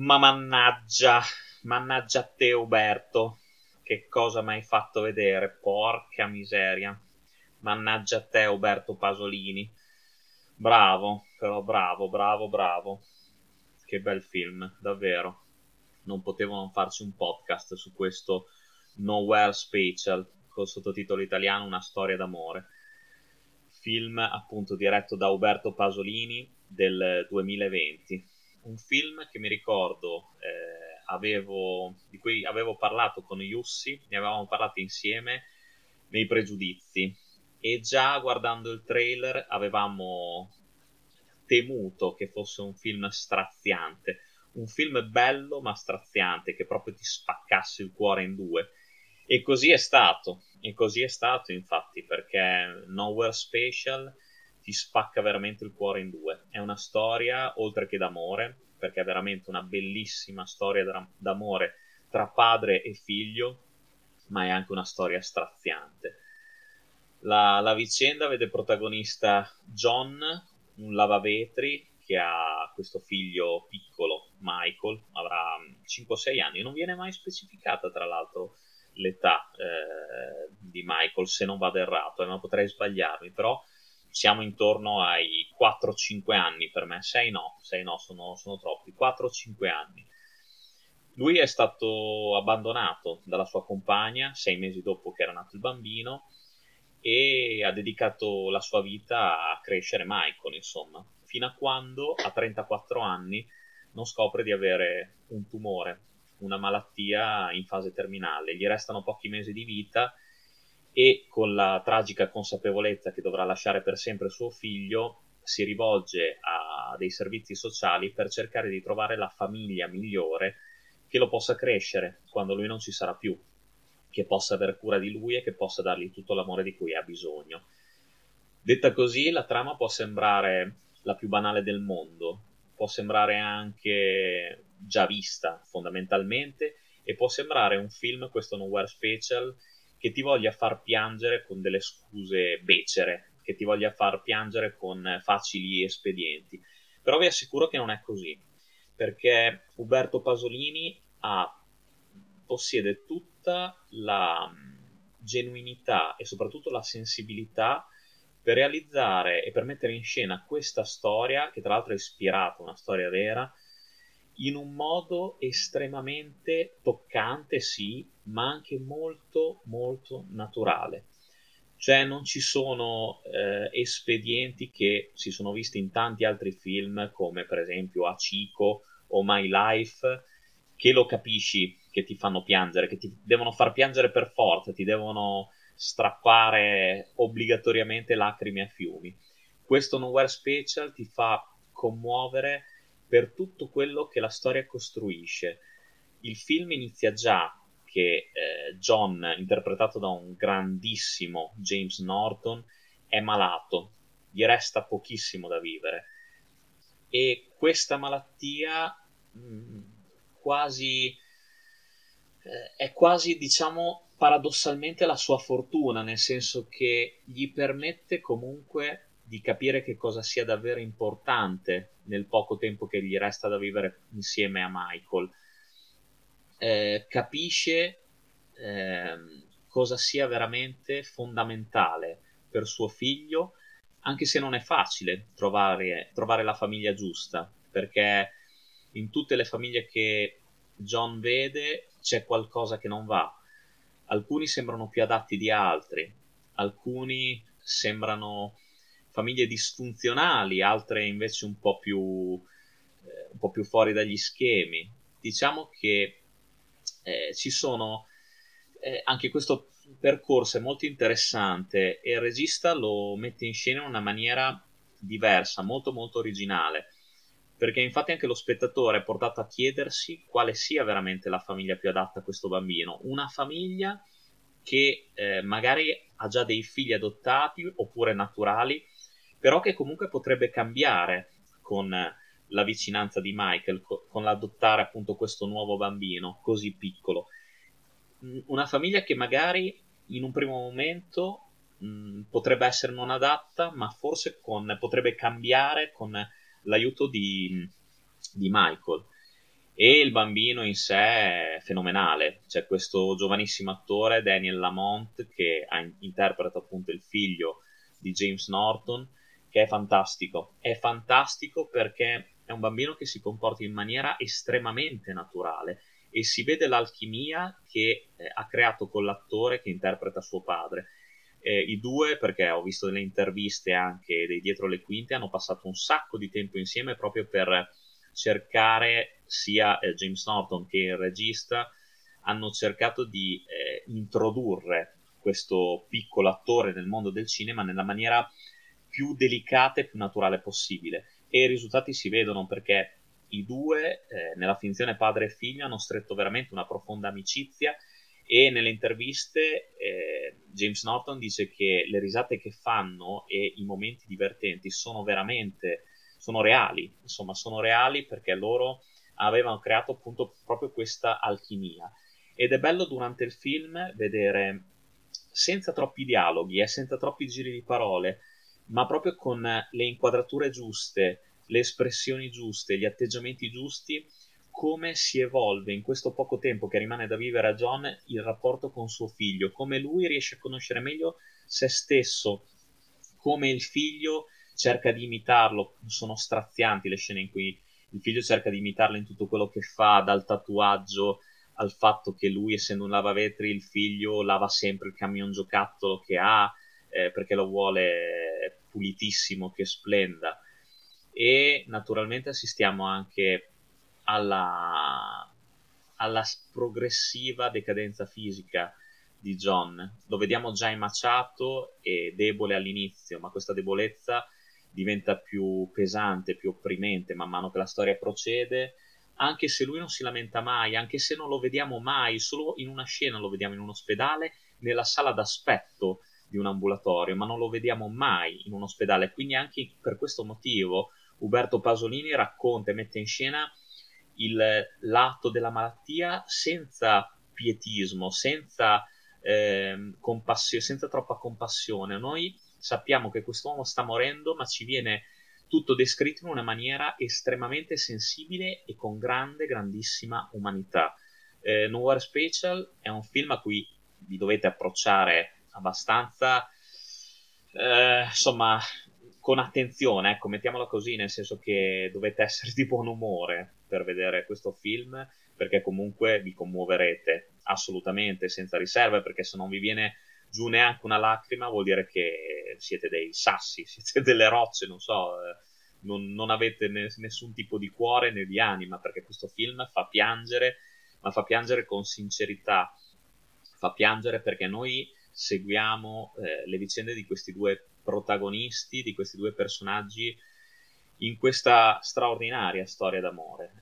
Ma mannaggia a te, Uberto, che cosa mi hai fatto vedere? Porca miseria. Mannaggia a te, Uberto Pasolini. Bravo, però bravo, bravo, bravo. Che bel film, davvero. Non potevo non farci un podcast su questo Nowhere Special, col sottotitolo italiano Una storia d'amore. Film appunto diretto da Uberto Pasolini del 2020. Un film che mi ricordo di cui avevo parlato con Yussi, ne avevamo parlato insieme nei Pregiudizi, e già guardando il trailer avevamo temuto che fosse un film straziante, un film bello ma straziante, che proprio ti spaccasse il cuore in due. E così è stato infatti, perché Nowhere Special ti spacca veramente il cuore in due. È una storia, oltre che d'amore, perché è veramente una bellissima storia d'amore tra padre e figlio, ma è anche una storia straziante. La vicenda vede protagonista John, un lavavetri che ha questo figlio piccolo, Michael, avrà 5-6 anni, non viene mai specificata tra l'altro l'età di Michael, se non vado errato, ma potrei sbagliarmi, però siamo intorno ai 4-5 anni per me, 6 no, sono troppi, 4-5 anni. Lui è stato abbandonato dalla sua compagna 6 mesi dopo che era nato il bambino, e ha dedicato la sua vita a crescere Michael, insomma, fino a quando a 34 anni non scopre di avere un tumore, una malattia in fase terminale. Gli restano pochi mesi di vita e, con la tragica consapevolezza che dovrà lasciare per sempre suo figlio, si rivolge a dei servizi sociali per cercare di trovare la famiglia migliore che lo possa crescere quando lui non ci sarà più, che possa aver cura di lui e che possa dargli tutto l'amore di cui ha bisogno. Detta così, la trama può sembrare la più banale del mondo, può sembrare anche già vista fondamentalmente, e può sembrare un film, questo Nowhere Special, che ti voglia far piangere con delle scuse becere, che ti voglia far piangere con facili espedienti. Però vi assicuro che non è così, perché Uberto Pasolini possiede tutta la genuinità e soprattutto la sensibilità per realizzare e per mettere in scena questa storia, che tra l'altro è ispirata a una storia vera, in un modo estremamente toccante, sì, ma anche molto molto naturale. Cioè non ci sono espedienti che si sono visti in tanti altri film, come per esempio Hachiko o My Life, che lo capisci che ti fanno piangere, che ti devono far piangere per forza, ti devono strappare obbligatoriamente lacrime a fiumi. Questo Nowhere Special ti fa commuovere per tutto quello che la storia costruisce. Il film inizia già che John, interpretato da un grandissimo James Norton, è malato, gli resta pochissimo da vivere, e questa malattia quasi è quasi, diciamo, paradossalmente la sua fortuna, nel senso che gli permette comunque di capire che cosa sia davvero importante nel poco tempo che gli resta da vivere insieme a Michael. Capisce cosa sia veramente fondamentale per suo figlio, anche se non è facile trovare la famiglia giusta, perché in tutte le famiglie che John vede c'è qualcosa che non va. Alcuni sembrano più adatti di altri, alcuni sembrano famiglie disfunzionali, altre invece un po' più fuori dagli schemi. Diciamo che ci sono anche questo percorso è molto interessante, e il regista lo mette in scena in una maniera diversa, molto molto originale, perché infatti anche lo spettatore è portato a chiedersi quale sia veramente la famiglia più adatta a questo bambino, una famiglia che magari ha già dei figli adottati oppure naturali, però che comunque potrebbe cambiare con la vicinanza di Michael, con l'adottare appunto questo nuovo bambino così piccolo. Una famiglia che magari in un primo momento potrebbe essere non adatta, ma forse potrebbe cambiare con l'aiuto di Michael. E il bambino in sé è fenomenale. C'è questo giovanissimo attore, Daniel Lamont, che interpreta appunto il figlio di James Norton, che è fantastico. È fantastico perché è un bambino che si comporta in maniera estremamente naturale e si vede l'alchimia che ha creato con l'attore che interpreta suo padre. I due, perché ho visto delle interviste anche dei dietro le quinte, hanno passato un sacco di tempo insieme proprio per cercare, sia James Norton che il regista hanno cercato di introdurre questo piccolo attore nel mondo del cinema nella maniera più delicata e più naturale possibile, e i risultati si vedono perché i due nella finzione padre e figlio hanno stretto veramente una profonda amicizia, e nelle interviste James Norton dice che le risate che fanno e i momenti divertenti sono veramente sono reali, insomma sono reali perché loro avevano creato appunto proprio questa alchimia, ed è bello durante il film vedere senza troppi dialoghi e senza troppi giri di parole, ma proprio con le inquadrature giuste, le espressioni giuste, gli atteggiamenti giusti, come si evolve in questo poco tempo che rimane da vivere a John il rapporto con suo figlio, come lui riesce a conoscere meglio se stesso, come il figlio cerca di imitarlo. Sono strazianti le scene in cui il figlio cerca di imitarlo in tutto quello che fa, dal tatuaggio al fatto che lui, essendo un lavavetri, il figlio lava sempre il camion giocattolo che ha, perché lo vuole pulitissimo, che splenda. E naturalmente assistiamo anche alla progressiva decadenza fisica di John. Lo vediamo già emaciato e debole all'inizio, ma questa debolezza diventa più pesante, più opprimente man mano che la storia procede, anche se lui non si lamenta mai, anche se non lo vediamo mai, solo in una scena lo vediamo in un ospedale, nella sala d'aspetto di un ambulatorio, ma non lo vediamo mai in un ospedale. Quindi anche per questo motivo Uberto Pasolini racconta e mette in scena il lato della malattia senza pietismo, senza senza troppa compassione. Noi sappiamo che quest'uomo sta morendo, ma ci viene tutto descritto in una maniera estremamente sensibile e con grandissima umanità. Nowhere Special è un film a cui vi dovete approcciare abbastanza, insomma, con attenzione, ecco, mettiamola così, nel senso che dovete essere di buon umore per vedere questo film, perché comunque vi commuoverete assolutamente, senza riserve, perché se non vi viene giù neanche una lacrima vuol dire che siete dei sassi, siete delle rocce, non so, non avete nessun tipo di cuore né di anima, perché questo film fa piangere, ma fa piangere con sincerità, fa piangere perché noi seguiamo le vicende di questi due protagonisti, di questi due personaggi in questa straordinaria storia d'amore,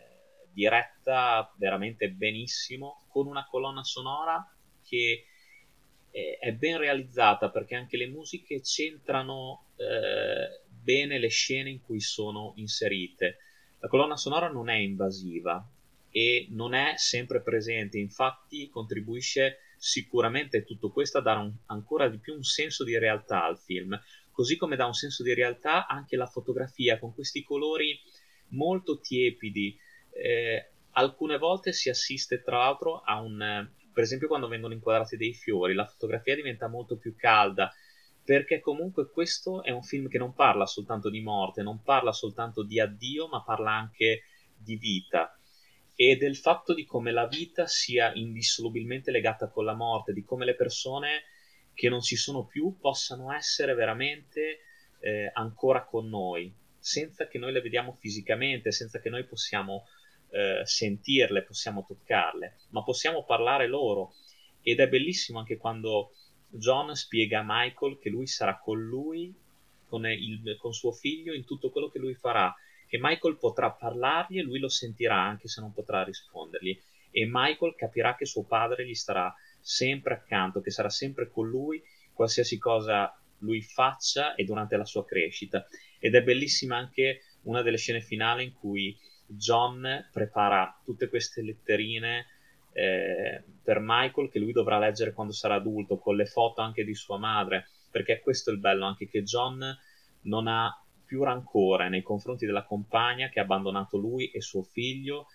diretta veramente benissimo, con una colonna sonora che è ben realizzata, perché anche le musiche centrano bene le scene in cui sono inserite. La colonna sonora non è invasiva e non è sempre presente, infatti contribuisce sicuramente tutto questo a dare ancora di più un senso di realtà al film, così come dà un senso di realtà anche la fotografia con questi colori molto tiepidi. Alcune volte si assiste tra l'altro a per esempio quando vengono inquadrati dei fiori, la fotografia diventa molto più calda, perché comunque questo è un film che non parla soltanto di morte, non parla soltanto di addio, ma parla anche di vita e del fatto di come la vita sia indissolubilmente legata con la morte, di come le persone che non ci sono più possano essere veramente ancora con noi, senza che noi le vediamo fisicamente, senza che noi possiamo sentirle, possiamo toccarle, ma possiamo parlare loro. Ed è bellissimo anche quando John spiega a Michael che lui sarà con lui, con suo figlio, in tutto quello che lui farà, che Michael potrà parlargli e lui lo sentirà anche se non potrà rispondergli, e Michael capirà che suo padre gli starà sempre accanto, che sarà sempre con lui qualsiasi cosa lui faccia e durante la sua crescita. Ed è bellissima anche una delle scene finali in cui John prepara tutte queste letterine per Michael che lui dovrà leggere quando sarà adulto, con le foto anche di sua madre, perché questo è il bello, anche che John non ha più rancore nei confronti della compagna che ha abbandonato lui e suo figlio,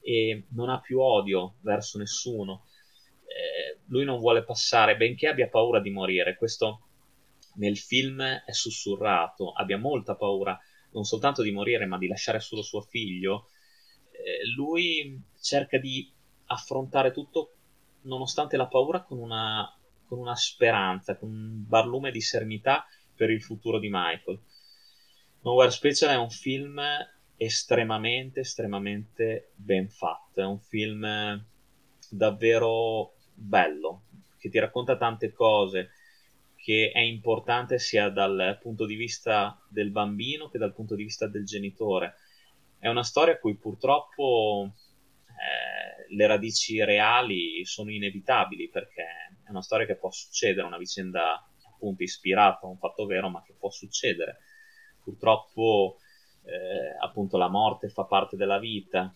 e non ha più odio verso nessuno. Lui non vuole passare, benché abbia paura di morire, questo nel film è sussurrato, abbia molta paura non soltanto di morire, ma di lasciare solo suo figlio. Lui cerca di affrontare tutto, nonostante la paura, con una speranza, con un barlume di serenità per il futuro di Michael. Nowhere Special è un film estremamente ben fatto, è un film davvero bello, che ti racconta tante cose, che è importante sia dal punto di vista del bambino che dal punto di vista del genitore. È una storia a cui purtroppo le radici reali sono inevitabili, perché è una storia che può succedere, una vicenda appunto ispirata a un fatto vero, ma che può succedere. Purtroppo appunto la morte fa parte della vita,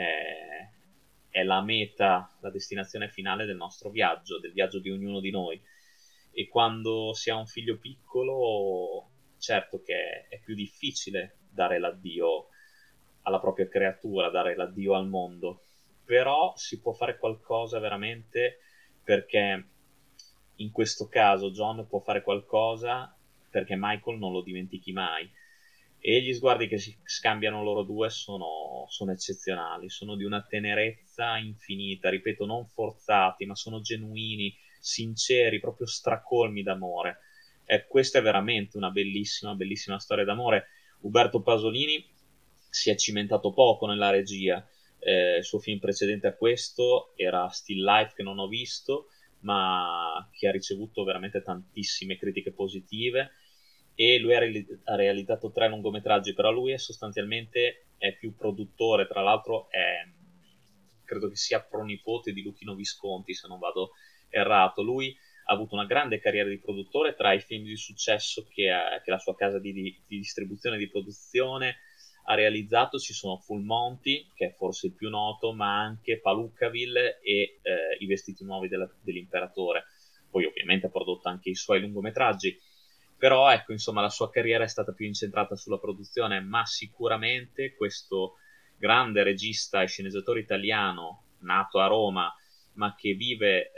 è la meta, la destinazione finale del nostro viaggio, del viaggio di ognuno di noi. E quando si ha un figlio piccolo, certo che è più difficile dare l'addio alla propria creatura, dare l'addio al mondo, però si può fare qualcosa veramente, perché in questo caso John può fare qualcosa perché Michael non lo dimentichi mai. E gli sguardi che si scambiano loro due sono eccezionali, sono di una tenerezza infinita, ripeto, non forzati, ma sono genuini, sinceri, proprio stracolmi d'amore. E questa è veramente una bellissima storia d'amore. Uberto Pasolini si è cimentato poco nella regia. Il suo film precedente a questo era Still Life, che non ho visto, ma che ha ricevuto veramente tantissime critiche positive. E lui ha realizzato 3 lungometraggi, però lui è sostanzialmente è più produttore, tra l'altro credo che sia pronipote di Luchino Visconti, se non vado errato. Lui ha avuto una grande carriera di produttore. Tra i film di successo che la sua casa di distribuzione e di produzione ha realizzato ci sono Full Monty, che è forse il più noto, ma anche Palookaville e I vestiti nuovi dell'imperatore. Poi ovviamente ha prodotto anche i suoi lungometraggi, però ecco, insomma, la sua carriera è stata più incentrata sulla produzione, ma sicuramente questo grande regista e sceneggiatore italiano, nato a Roma, ma che vive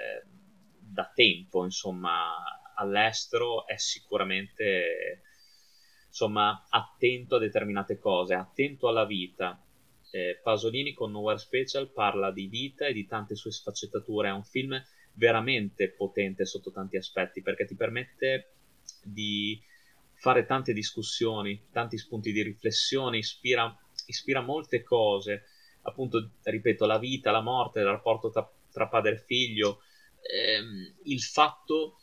da tempo, insomma, all'estero, è sicuramente, insomma, attento a determinate cose, attento alla vita. Pasolini con Nowhere Special parla di vita e di tante sue sfaccettature. È un film veramente potente sotto tanti aspetti, perché ti permette di fare tante discussioni, tanti spunti di riflessione, ispira molte cose, appunto, ripeto, la vita, la morte, il rapporto tra padre e figlio, il fatto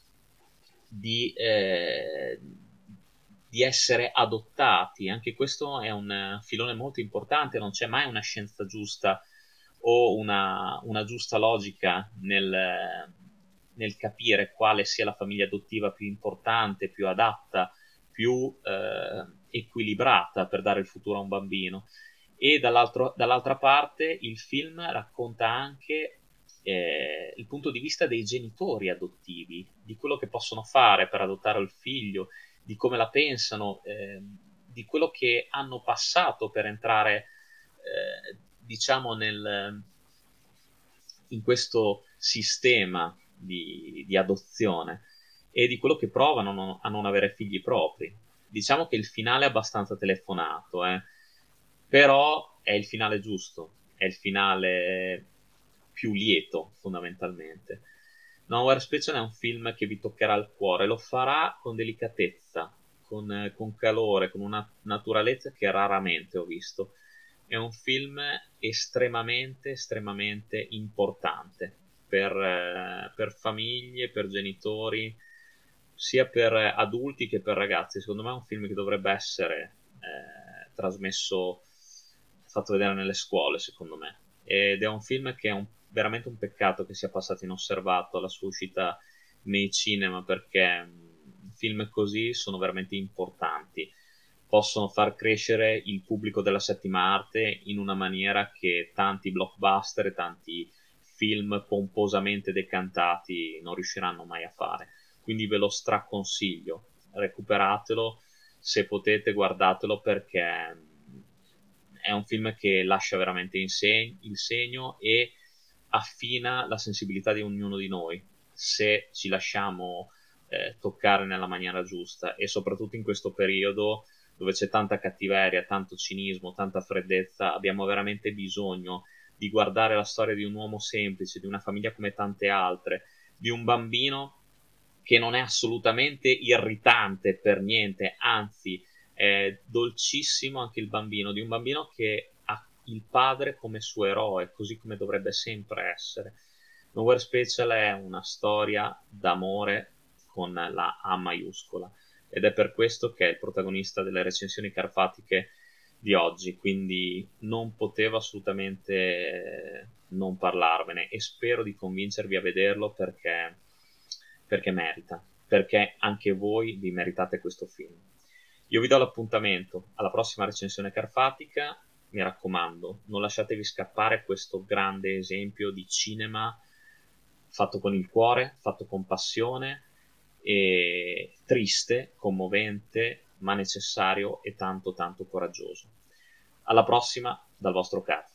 di essere adottati. Anche questo è un filone molto importante, non c'è mai una scienza giusta o una giusta logica nel capire quale sia la famiglia adottiva più importante, più adatta, più equilibrata per dare il futuro a un bambino. E dall'altra parte il film racconta anche il punto di vista dei genitori adottivi, di quello che possono fare per adottare il figlio, di come la pensano, di quello che hanno passato per entrare, diciamo, in questo sistema di adozione, e di quello che provano a non avere figli propri. Diciamo che il finale è abbastanza telefonato, però è il finale giusto, è il finale più lieto, fondamentalmente. Nowhere Special è un film che vi toccherà il cuore, lo farà con delicatezza, con calore, con una naturalezza che raramente ho visto. È un film estremamente importante per famiglie, per genitori, sia per adulti che per ragazzi. Secondo me è un film che dovrebbe essere trasmesso, fatto vedere nelle scuole, secondo me. Ed è un film che è veramente un peccato che sia passato inosservato alla sua uscita nei cinema, perché film così sono veramente importanti, possono far crescere il pubblico della settima arte in una maniera che tanti blockbuster e tanti film pomposamente decantati non riusciranno mai a fare. Quindi ve lo straconsiglio, recuperatelo, se potete guardatelo, perché è un film che lascia veramente il segno e affina la sensibilità di ognuno di noi, se ci lasciamo toccare nella maniera giusta, e soprattutto in questo periodo dove c'è tanta cattiveria, tanto cinismo, tanta freddezza, abbiamo veramente bisogno di guardare la storia di un uomo semplice, di una famiglia come tante altre, di un bambino che non è assolutamente irritante per niente, anzi è dolcissimo anche il bambino, di un bambino che ha il padre come suo eroe, così come dovrebbe sempre essere. Nowhere Special è una storia d'amore con la A maiuscola, ed è per questo che è il protagonista delle recensioni carfatiche di oggi, quindi non potevo assolutamente non parlarvene, e spero di convincervi a vederlo perché merita, perché anche voi vi meritate questo film. Io vi do l'appuntamento alla prossima recensione carfatica, mi raccomando, non lasciatevi scappare questo grande esempio di cinema fatto con il cuore, fatto con passione, e triste, commovente, ma necessario e tanto tanto coraggioso. Alla prossima dal vostro Carfa.